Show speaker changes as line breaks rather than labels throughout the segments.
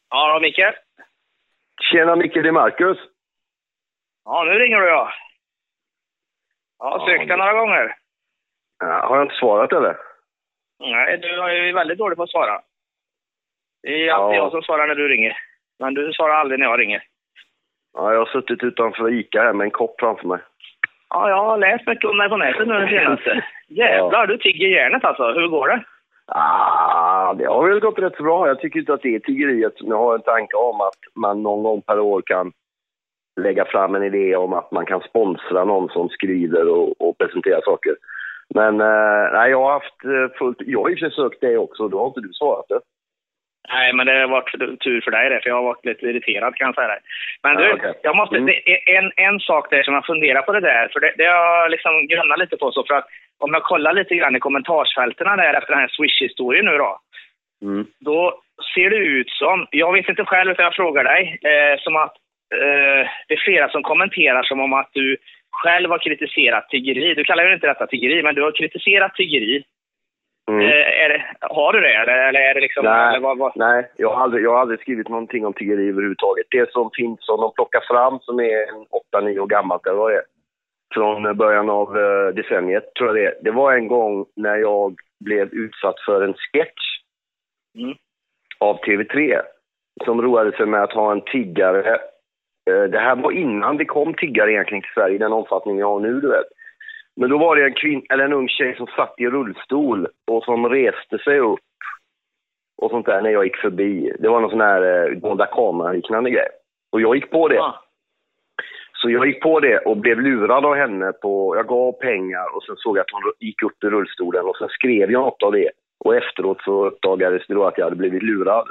Ja, Micke.
Tjena Micke, det är Marcus.
Ja, nu ringer du ja. Ja, sökte några gånger.
Ja, har jag inte svarat eller?
Nej, du är ju väldigt dålig på att svara. Det är alltid jag som svarar när du ringer. Men du svarar aldrig när jag ringer.
Ja, jag har suttit utanför Ica här med en kopp framför mig.
Ja, jag har läst mycket om dig på nätet nu den senaste. Jävlar, du tigger järnet alltså. Hur går det?
Det har väl gått rätt så bra. Jag tycker inte att det är tiggeriet. Jag har en tanke om att man någon gång per år kan lägga fram en idé om att man kan sponsra någon som skriver och presenterar saker. Men nej, jag har haft fullt... Jag har ju försökt det också, då har inte du svarat det.
Nej, men det har varit tur för dig det, för jag har varit lite irriterad kan jag säga det. Men du,
okay.
jag måste... Det är en sak där som jag funderar på det där, för det har jag liksom grunnat lite på så, för att om jag kollar lite grann i kommentarsfälterna där efter den här Swish-historien nu då, då ser det ut som, jag vet inte själv utan jag frågar dig, som att det är flera som kommenterar som om att du själv har kritiserat tiggeri. Du kallar ju inte detta tiggeri, men du har kritiserat tiggeri. Har du det? Eller är det liksom...
Nej,
eller
nej jag har aldrig skrivit någonting om tiggeri överhuvudtaget. Det som finns som de plockar fram som är 8-9 år gammalt, det var det. Från början av decenniet tror jag det. Det var en gång när jag blev utsatt för en sketch av TV3 som roade sig med att ha en tiggare. Det här var innan det kom tiggare egentligen till Sverige i den omfattning vi har nu, du vet. Men då var det en ung tjej som satt i rullstol och som reste sig upp och sånt där när jag gick förbi. Det var någon sån här dolda kamera-liknande grej. Och jag gick på det. Så jag gick på det och blev lurad av henne på... Jag gav pengar och sen såg jag att hon gick upp i rullstolen och sen skrev jag något av det. Och efteråt så uppdagades det då att jag hade blivit lurad.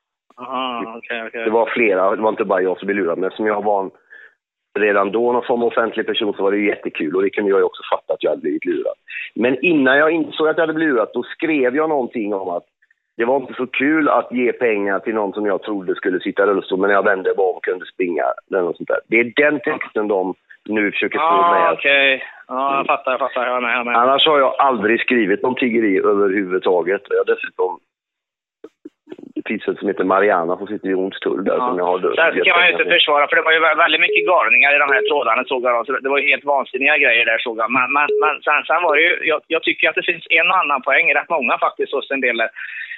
Okay.
Det var flera, det var inte bara jag som blev lurad. Men som jag var redan då som offentlig person så var det ju jättekul. Och det kunde jag ju också fatta att jag hade blivit lurad. Men innan jag insåg att jag hade blivit lurad, då skrev jag någonting om att det var inte så kul att ge pengar till någon som jag trodde skulle sitta i rullstol, men jag vände bara och kunde springa. Och sånt där. Det är den texten de nu försöker få med.
Okej. Ja, jag fattar. Jag är med.
Annars har jag aldrig skrivit om tiggeri överhuvudtaget. Jag har dessutom som heter Mariana som sitter i Onstull där som jag har dött.
Där ska man ju inte försvara, för det var ju väldigt mycket galningar i de här trådarna såg jag. Så det var ju helt vansinniga grejer där såg jag. Men sen var det ju, jag tycker att det finns en och annan poäng, rätt många faktiskt hos en del där.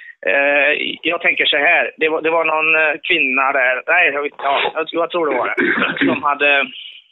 Jag tänker så här, det var någon kvinna där, jag tror det var det, som hade...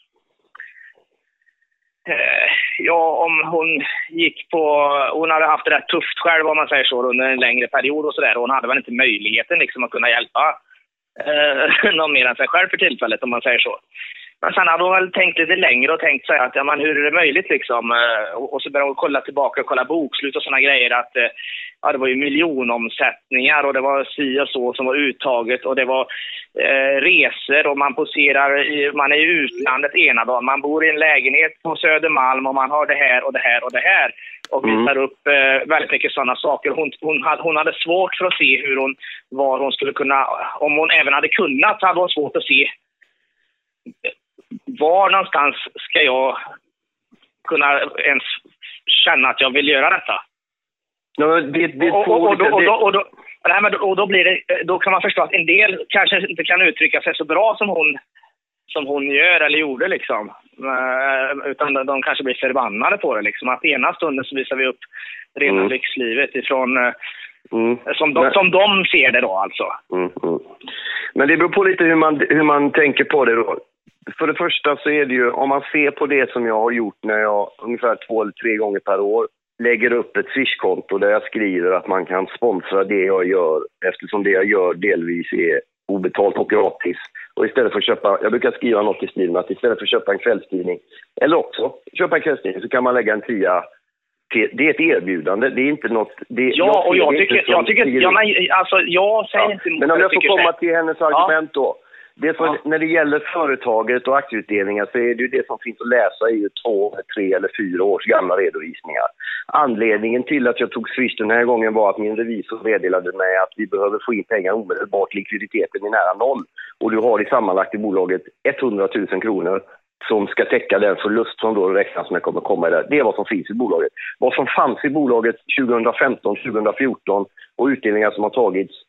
om hon hade haft det rätt tufft själv om man säger så under en längre period och sådär, och hon hade väl inte möjligheten liksom att kunna hjälpa någon mer än sig själv för tillfället om man säger så. Men sen hade hon väl tänkt lite längre och tänkt sig att ja, men hur är det möjligt liksom, och så började hon kolla tillbaka och kolla bokslut och såna grejer att det var ju miljonomsättningar och det var si och så som var uttaget och det var resor och man poserar, man är i utlandet ena dagen, man bor i en lägenhet på Södermalm och man har det här och det här och det här och visar upp väldigt mycket sådana saker. Hon hade svårt för att se var hon skulle kunna, om hon även hade kunnat hade hon svårt att se var någonstans ska jag kunna ens känna att jag vill göra detta. Då blir det, då kan man förstå att en del kanske inte kan uttrycka sig så bra som hon gör eller gjorde liksom. Utan de kanske blir förbannade på det liksom. Att ena stunden så visar vi upp rena lyxlivet ifrån som de ser det då alltså.
Men det beror på lite hur man tänker på det då. För det första så är det ju, om man ser på det som jag har gjort när jag ungefär 2 eller 3 gånger per år lägger upp ett Swish-konto där jag skriver att man kan sponsra det jag gör eftersom det jag gör delvis är obetalt och gratis. Och istället för att köpa, jag brukar skriva något i stil med att istället för att köpa en kvällstidning eller också köpa en kvällstidning så kan man lägga en 10. Det är ett erbjudande, det är inte något... jag säger inte emot.
Men
om jag får komma till hennes argument då. När det gäller företaget och aktieutdelningar så är det ju det som finns att läsa i 2, 3 eller 4 års gamla redovisningar. Anledningen till att jag tog Swish den här gången var att min revisor meddelade mig att vi behöver få in pengar omedelbart, likviditeten är nära 0. Och du har i sammanlagt i bolaget 100 000 kronor som ska täcka den förlust som då räknas med kommer komma i det. Det är vad som finns i bolaget. Vad som fanns i bolaget 2015, 2014 och utdelningar som har tagits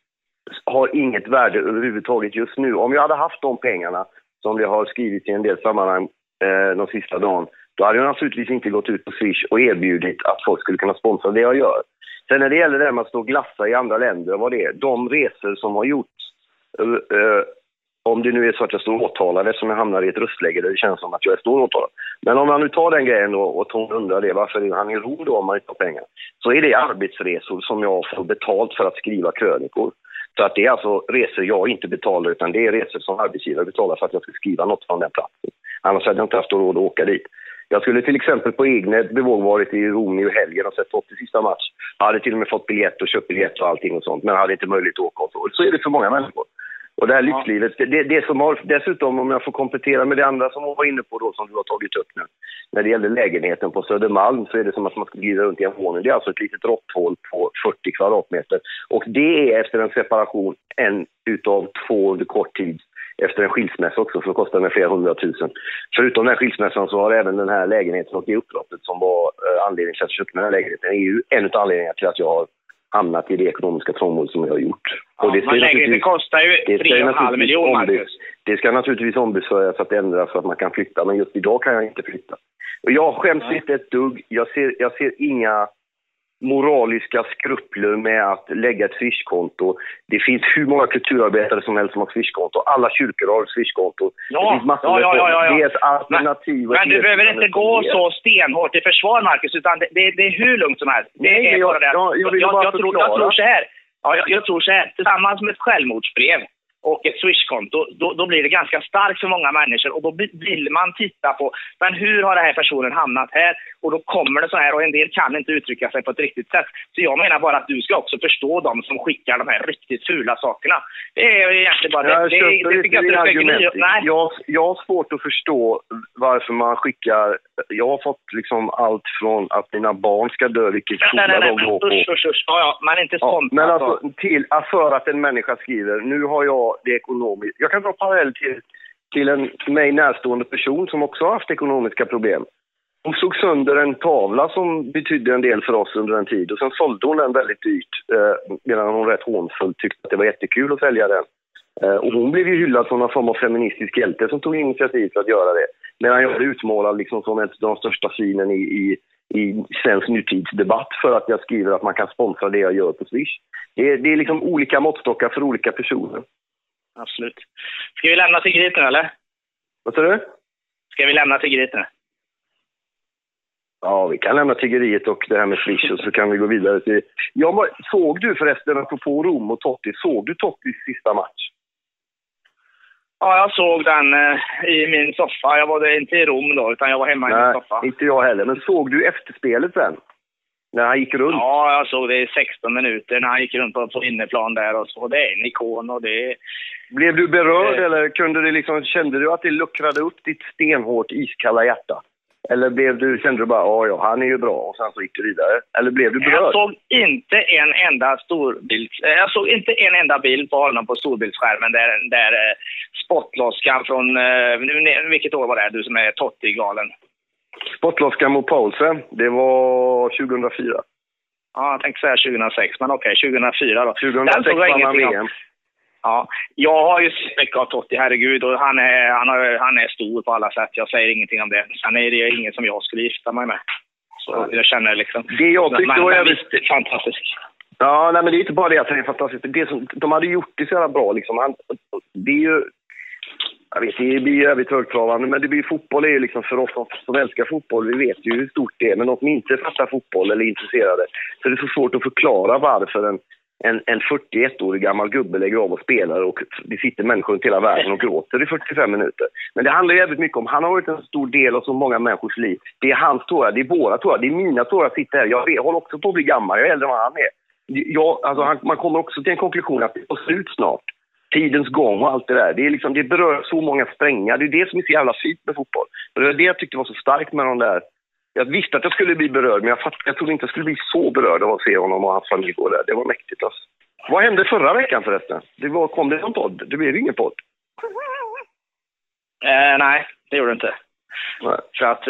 har inget värde överhuvudtaget just nu. Om jag hade haft de pengarna som det har skrivit i en del sammanhang de sista dagen, då hade jag naturligtvis inte gått ut på Swish och erbjudit att folk skulle kunna sponsra det jag gör. Sen när det gäller det med att stå och glassa i andra länder, vad det är, de resor som har gjorts, om det nu är så att jag står åtalad eftersom jag hamnar i ett röstläge där det känns som att jag står åtalad. Men om man nu tar den grejen då och Tom undrar det, varför är han i ro då om man inte har pengar? Så är det arbetsresor som jag får betalt för att skriva krönikor. Så att det är alltså resor jag inte betalar, utan det är resor som arbetsgivare betalar för att jag ska skriva något från den platsen. Annars hade jag inte haft råd att åka dit. Jag skulle till exempel på egna bevåg varit i Rom i helgen och sett upp till sista match. Jag hade till och med fått biljett och köpt biljett och allting och sånt, men hade inte möjlighet att åka och så. Så är det för många människor. Och det här livslivet, det som har, dessutom om jag får komplettera med det andra som hon var inne på då, som du har tagit upp nu. När det gäller lägenheten på Södermalm så är det som att man ska glida runt i en våning. Det är alltså ett litet råtthål på 40 kvadratmeter. Och det är efter en separation en utav 2 under kort tid. Efter en skilsmässa också, för det kostar med flera 100 000. Förutom den skilsmässan så har även den här lägenheten och det upploppet som var anledningen till att jag köpte den här lägenheten är ju en av anledningarna till att jag har hamnat i det ekonomiska trångmål som jag har gjort.
Ja, och det men lägenheten kostar ju 3,5 miljoner, Marcus.
Det ska naturligtvis ombesörjas att ändras så att man kan flytta, men just idag kan jag inte flytta. Och jag skäms inte ett dugg. Jag ser inga moraliska skrupler med att lägga ett Swish-konto. Det finns hur många kulturarbetare som helst som har Swish-konto. Alla kyrkor har Swish-konto.
Ja,
det finns massor
ja.
Det är ett alternativ.
Men du behöver inte gå så stenhårt i försvar, Marcus, utan det är hur lugnt som helst. Jag tror så här. Tillsammans med ett självmordsbrev och ett Swish-konto, då blir det ganska starkt för många människor och då vill man titta på, men hur har den här personen hamnat här? Och då kommer det så här och en del kan inte uttrycka sig på ett riktigt sätt. Så jag menar bara att du ska också förstå dem som skickar de här riktigt fula sakerna. Det är egentligen bara
jag har svårt att förstå varför man skickar. Jag har fått liksom allt från att mina barn ska dö, vilket skola de går på.
Men inte sånt.
Men alltså för att en människa skriver, nu har jag det ekonomiskt. Jag kan dra parallell till en mig närstående person som också har haft ekonomiska problem. Hon såg sönder en tavla som betydde en del för oss under en tid och sen sålde hon den väldigt dyrt medan hon rätt hånfullt tyckte att det var jättekul att sälja den. Och hon blev ju hyllad som någon form av feministisk hjälte som tog initiativ för att göra det. Medan jag är utmålad liksom som ett av de största svinen i svensk nutidsdebatt för att jag skriver att man kan sponsra det jag gör på Swish. Det är liksom olika måttstockar för olika personer.
Absolut. Ska vi lämna till Grit nu, eller?
Vad sa du?
Ska vi lämna till Grit nu?
Ja, vi kan lämna tiggeriet och det här med Swish och så kan vi gå vidare till... Såg du förresten, apropå Rom och Totti, såg du Tottis sista match?
Ja, jag såg den i min soffa. Jag var inte i Rom då, utan jag var hemma i min soffa.
Nej, inte jag heller. Men såg du efterspelet sen? När han gick runt?
Ja, jag såg det i 16 minuter när han gick runt på inneplan där och så. Det är en ikon och det...
Blev du berörd eller kände du att det luckrade upp ditt stenhårt iskalla hjärta? Eller kände du bara, ja, han är ju bra och sen så gick du vidare? Eller blev du berörd?
Jag såg inte en enda bild på honom på storbildsskärmen där spottloskan från, vilket år var det du som är Totti-galen?
Spottloskan mot Paulsen, det var 2004.
Ja, jag tänkte säga 2006, men okej, 2004 då.
2006 var han VM.
Ja, jag har ju mycket av Totti, herregud, och han är stor på alla sätt. Jag säger ingenting om det. Sen är det ingen som jag skulle gifta mig med. Så jag känner liksom...
Det jag tyckte var
visst fantastiskt.
Ja, nej, men det är inte bara det att han är fantastisk. Det som de hade gjort det så jävla bra liksom. Det är ju... Jag vet, det blir jävligt högtravande, men det blir fotboll är ju liksom för oss som älskar fotboll. Vi vet ju hur stort det är, men de som inte fattar fotboll eller är intresserade. Så det är så svårt att förklara varför en 41-årig gammal gubbe lägger av och spelar och det sitter människor runt hela världen och gråter i 45 minuter. Men det handlar jävligt mycket om, han har varit en stor del av så många människors liv. Det är hans tårar, det är våra tårar, det är mina tårar att sitta här. Jag håller också på att bli gammal, jag är äldre än vad han är. Man kommer också till en konklusion att det är slut snart. Tidens gång och allt det där. Det berör så många strängar. Det är det som är så jävla fint med fotboll. Och det var det jag tyckte var så starkt med de där. Jag visste att jag skulle bli berörd, men jag trodde inte jag skulle bli så berörd av att se honom och hans familj gå där. Det var mäktigt alltså. Vad hände förra veckan förresten? Kom det någon podd? Det blev ingen podd.
Nej, det gjorde det inte.
Nej.
För att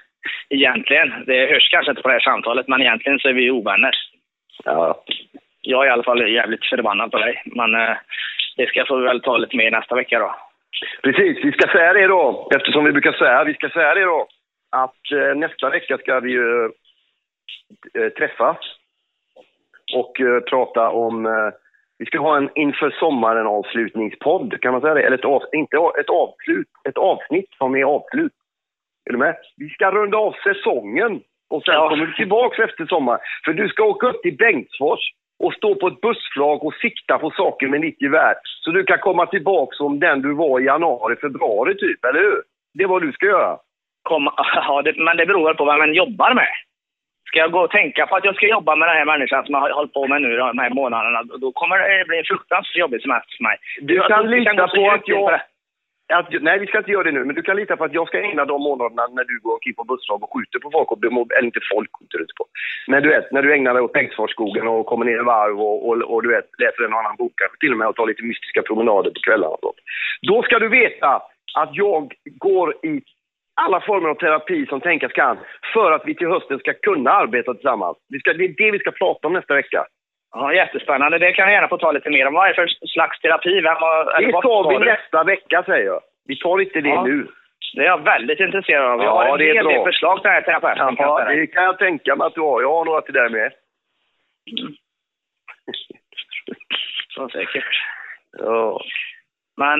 det hörs kanske inte på det här samtalet, men egentligen så är vi ovänner.
Ja.
jag är i alla fall jävligt förbannad på dig. Men det ska jag få väl ta lite mer nästa vecka då.
Precis, vi ska säga det då. Eftersom vi brukar säga, vi ska säga det då. Att nästa vecka ska vi ju träffas. Och prata om... vi ska ha en inför sommaren avslutningspodd, kan man säga det? Eller ett avsnitt som är avslut. Är du med? Vi ska runda av säsongen. Och sen kommer du tillbaka efter sommaren. För du ska åka upp till Bengtsfors och stå på ett bussflak och sikta på saker med ditt gevär. Så du kan komma tillbaka som den du var i januari, februari typ, eller hur? Det är vad du ska göra.
Men det beror på vad man jobbar med. Ska jag gå och tänka på att jag ska jobba med den här människan som jag har hållit på med nu de här månaderna, då kommer det bli en fruktansvärt jobbig semester för mig.
Du kan lita på att jag... nej, vi ska inte göra det nu, men du kan lita på att jag ska ägna de månaderna när du går och på busslag och skjuter på folk, eller inte folk skjuter ut på. Men du vet, när du ägnar dig åt Bengtsforsskogen och kommer ner i varv och du vet, läser en annan bok, kanske till och med och tar lite mystiska promenader på kvällarna och sånt. Då ska du veta att jag går i alla former av terapi som tänkas kan för att vi till hösten ska kunna arbeta tillsammans. Det är det vi ska prata om nästa vecka.
Ja, jättespännande. Det kan jag gärna få ta lite mer om. Vad är det för slags terapi?
Det tar vi nästa vecka, säger jag. Vi tar inte det nu.
Det är jag väldigt intresserad av. Jag har en hel del förslag till terapeuten.
Ja, det kan jag tänka mig att du har. Jag har några till dig med.
Så säkert.
Ja.
Men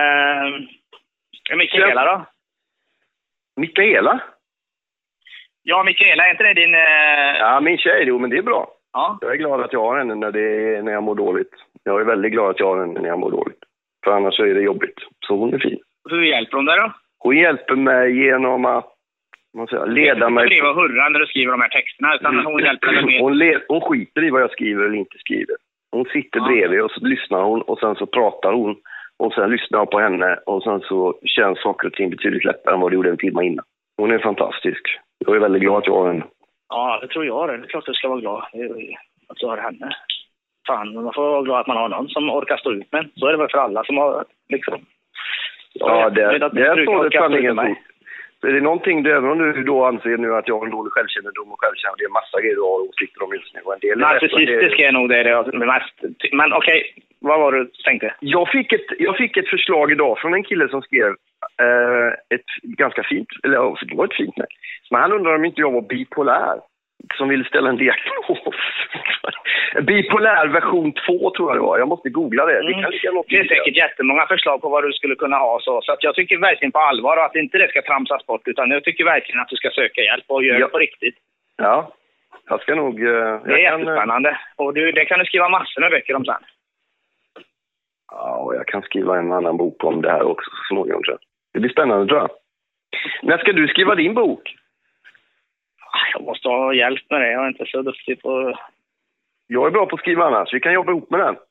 Mikaela då?
Mikaela?
Ja, Mikaela, är inte det din...
Ja, min tjej, jo, men det är bra.
Ja.
Jag är glad att jag har henne när jag mår dåligt. Jag är väldigt glad att jag har henne när jag mår dåligt. För annars är det jobbigt. Så hon är fin.
Hur hjälper hon dig då?
Hon hjälper mig genom att leda mig...
Du skriver och hurra när du skriver de här texterna, utan hon hjälper dig med...
Hon skiter i vad jag skriver eller inte skriver. Hon sitter bredvid och så lyssnar hon och sen så pratar hon. Och sen lyssnar jag på henne och sen så känns saker och ting betydligt lättare än vad det gjorde en timme innan. Hon är fantastisk. Jag är väldigt glad att jag har henne. Ja,
det tror jag det. Det är klart att du ska vara glad att du har henne. Fan, man får vara glad att man har någon som orkar stå ut med. Så är det väl för alla som har liksom...
Ja, det är så det sanningen ut. Är det någonting, även om du då anser nu att jag har en dålig självkännedom och självkännedom, det är massa grejer du har åsikter om just nu.
Narcissistisk är nog det mest. Men okej, vad var det du tänkte?
Jag fick ett förslag idag från en kille som skrev ett ganska fint, eller det var ett fint nej. Men han undrar om inte jag var bipolär. Som ville ställa en diagnos. Bipolär version 2 tror jag det var. Jag måste googla det.
Det är säkert jättemånga förslag på vad du skulle kunna ha. Så att jag tycker verkligen på allvar att inte det ska tramsas bort. Utan jag tycker verkligen att du ska söka hjälp och göra det på riktigt.
Ja, jag ska nog...
det är jättespännande. Och det kan du skriva massor med böcker om sen.
Ja, och jag kan skriva en annan bok om det här också så småningom, tror jag. Det blir spännande, tror jag. När ska du skriva din bok?
Jag måste ha hjälp med det. Jag är inte så duktig på...
Jag är bra på att skriva annars. Vi kan jobba ihop med den.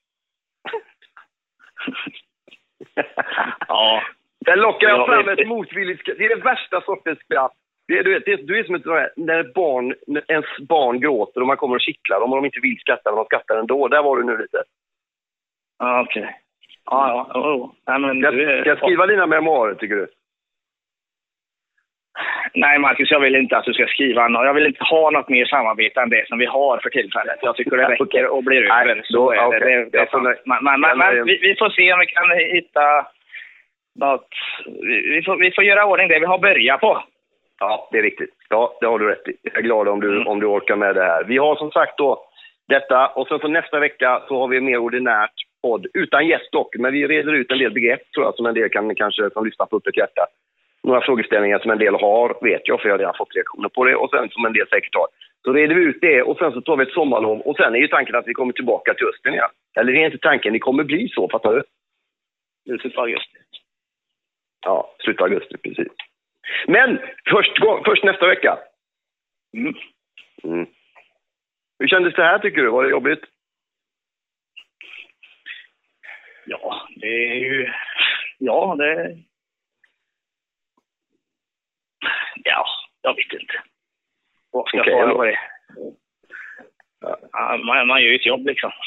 Ja.
Den lockar jag fram ett motvilligt... Det är det värsta sortens skratt. Du är som när ens barn gråter och man kommer och kittlar dem och de inte vill skratta men de skrattar ändå. Där var du nu lite.
Ja, okej. Ja. Nej, men
ska jag skriva dina memoarer, tycker du?
Nej, Marcus, jag vill inte att du ska skriva något. Jag vill inte ha något mer samarbete än det som vi har för tillfället. Jag tycker det räcker och blir över. Så är det. Men vi får se om vi kan hitta något. Vi får göra ordning det vi har börjat på.
Ja, det är riktigt. Ja, det har du rätt i. Jag är glad om du orkar med det här. Vi har som sagt då detta och sen så nästa vecka så har vi en mer ordinärt podd. Utan gäst dock, men vi reder ut en del begrepp tror jag som en del kan kanske som lyssnar på upp ett hjärta. Några frågeställningar som en del har, vet jag, för jag har redan fått reaktioner på det. Och sen som en del säkert har. Så reder vi ut det och sen så tar vi ett sommarlov. Och sen är ju tanken att vi kommer tillbaka till hösten igen. Eller det är inte tanken, det kommer bli så, fattar du?
Slutet av augusti.
Ja, slutet av augusti, precis. Men först nästa vecka. Mm. Hur kändes det här, tycker du? Var det jobbigt?
Ja, det är ju... Ja, det... Ja, jag vet inte. Vad ska jag svara på det? Ja, man gör ju ett jobb liksom.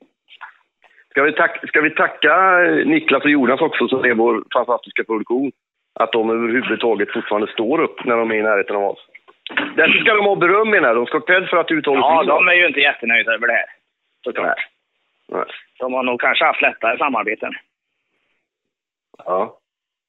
Ska vi tacka Niklas och Jonas också som är vår fantastiska produktion? Att de överhuvudtaget fortfarande står upp när de är i närheten av oss. Därför ska de ha beröm, menar de ska ha cred för att uttalet.
Ja, de är ju inte jättenöjda över det här.
Nej, Nej.
De har nog kanske haft lättare samarbeten.
Ja.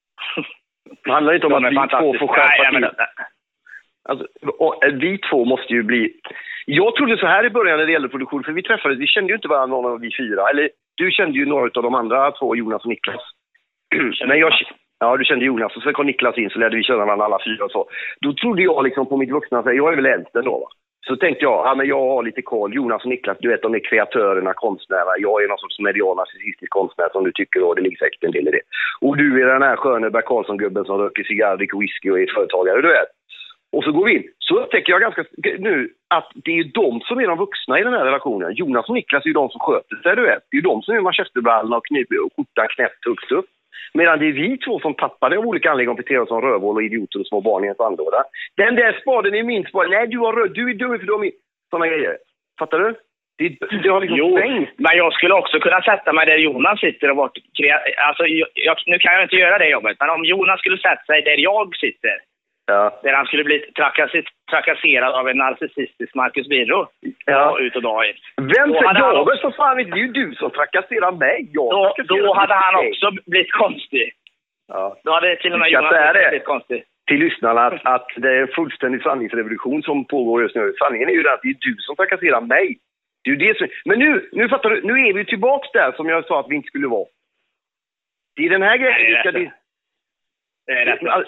Det handlar inte om att vi två får skärpa till. Alltså, vi två måste ju bli... Jag trodde så här i början när det gällde produktion, för vi träffades, vi kände ju inte varandra någon av vi fyra. Eller du kände ju några av de andra två, Jonas och Niklas. Men ja, du kände Jonas och så kom Niklas in, så lärde vi känna varandra alla fyra och så. Då trodde jag liksom på mitt vuxna, för jag är väl äldre då, va? Så tänkte jag, ja men jag har lite koll. Jonas och Niklas, du vet, de är kreatörerna, konstnärer. Jag är någon sorts medial narcissistisk konstnär som du tycker, och det ligger säkert en del i det. Och du är den här sköne Bert Karlsson-gubben som röker cigarr, dricker whisky och är företagare, du vet. Och så går vi in. Så upptäcker jag ganska nu att det är de som är de vuxna i den här relationen. Jonas och Niklas är ju de som sköter sig, du vet. Det är ju de som är manchesterbrallorna och kniper och skjortan knäppt högst upp. Medan det är vi två som tappade av olika anledningar, beter som rövhål och idioter och små barn i en sandlåda. Den där spaden är min spad. Nej, du har röd. Du är dum för dem. Sådana grejer. Fattar du? Det har liksom
svängt. Men jag skulle också kunna sätta mig där Jonas sitter och vart alltså, nu kan jag inte göra det jobbet. Men om Jonas skulle sätta sig där jag sitter. Ja. Där han skulle bli trakasserad av en narcissistisk Marcus Birro. Ja. Ut och dag in.
Vem för jag? Så fan, det är ju du som trakasserar mig.
Då hade han också blivit konstig. Ja. Då hade till och med Jonas blivit konstig.
Till lyssnarna att det är en fullständig sanningsrevolution som pågår just nu. Sanningen är ju att det är du som trakasserar mig. Det är ju det som... Men nu fattar du, nu är vi tillbaka där som jag sa att vi inte skulle vara. Det är den här grejen.
Det är rätt lugnt.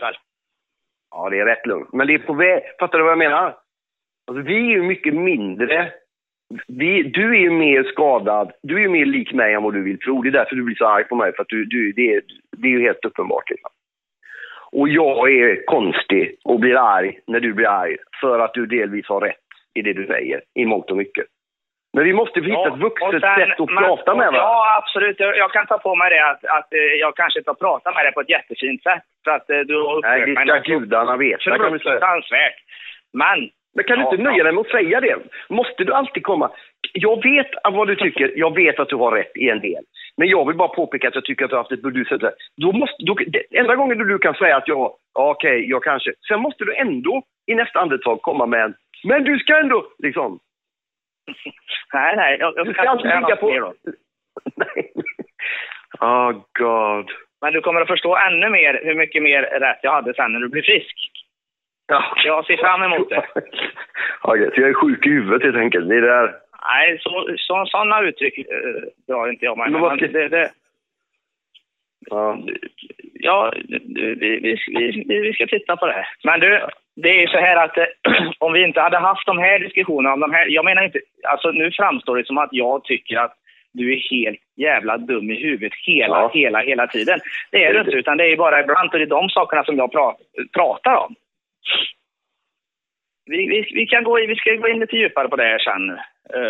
Ja, det är rätt lugnt. Men det är på väg. Fattar du vad jag menar? Alltså, vi är ju mycket mindre. Du är ju mer skadad. Du är ju mer lik mig än vad du vill tro. Det är därför du blir så arg på mig. För att det är ju helt uppenbart. Liksom. Och jag är konstig och blir arg när du blir arg. För att du delvis har rätt i det du säger. I mångt och mycket. Men vi måste hitta ett vuxet sätt att prata med varandra.
Ja, absolut. Jag kan ta på mig det att jag kanske inte har pratat med dig på ett jättefint sätt. För att du har
upplevt mig. Nej, det ska gudarna veta.
Fruktansvärt. Men
kan du inte nöja dig med att säga det? Måste du alltid komma? Jag vet vad du tycker. Jag vet att du har rätt i en del. Men jag vill bara påpeka att jag tycker att du har haft ett burdus. Enda gången du kan säga att jag kanske. Sen måste du ändå i nästa andetag komma med en. Men du ska ändå liksom...
Nej, jag ska inte ligga på.
Nej. Oh god.
Men du kommer att förstå ännu mer hur mycket mer rätt jag hade sen när du blir frisk. Ja. Jag ser fram emot det.
Okej, så jag är sjuk i huvudet helt enkelt. Det är där.
Nej, sådana uttryck drar inte jag mig. Men ja, vi ska titta på det här. Men du, det är ju så här att om vi inte hade haft de här diskussionerna om de här, jag menar inte, alltså nu framstår det som att jag tycker att du är helt jävla dum i huvudet hela tiden. Det är du inte, utan det är bara ibland och det är de sakerna som jag pratar om. Vi ska gå in lite djupare på det här sen.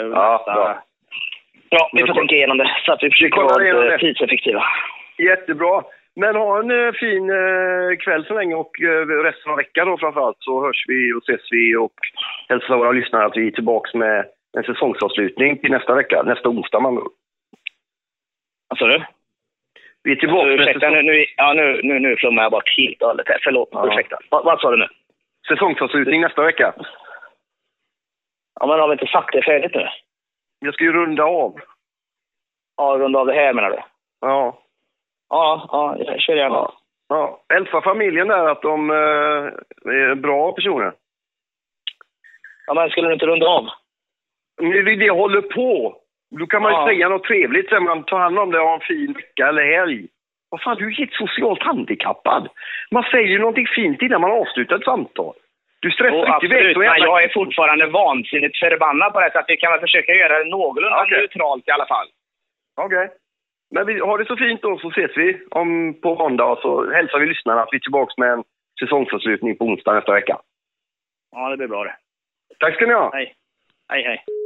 Ja, vi får tänka igenom det så att vi försöker vara tidseffektiva.
Jättebra. Men ha en fin kväll så länge och resten av veckan då framförallt, så hörs vi och ses vi och hälsar våra lyssnare att vi är tillbaka med en säsongsavslutning till nästa vecka, nästa onsdag man.
Vad sa du?
Vi är tillbaka med
nu flummar jag bort helt och hållet här. Förlåt, ursäkta. Vad sa du nu?
Säsongsavslutning nästa vecka.
Ja, men har vi inte sagt det färdigt nu?
Jag ska ju runda av.
Ja, runda av det här menar du?
Ja.
Ja, jag kör gärna.
Ja. Hälsa familjen där att de är bra personer.
Ja, men skulle du inte runda av?
Det håller på. Då kan man ju säga något trevligt sen man tar hand om det och har en fin vecka eller helg. Vad fan, du är helt socialt handikappad. Man säger ju någonting fint innan man avslutar ett samtal. Du stressar inte iväg.
Men jag är fortfarande vansinnigt förbannad på det, så att vi kan väl försöka göra det någorlunda neutralt i alla fall.
Okej. Men vi har det så fint då, så ses vi på måndag och så hälsar vi lyssnarna att vi är tillbaka med en säsongsavslutning på onsdag nästa vecka.
Ja, det blir bra det.
Tack ska ni ha.
Hej.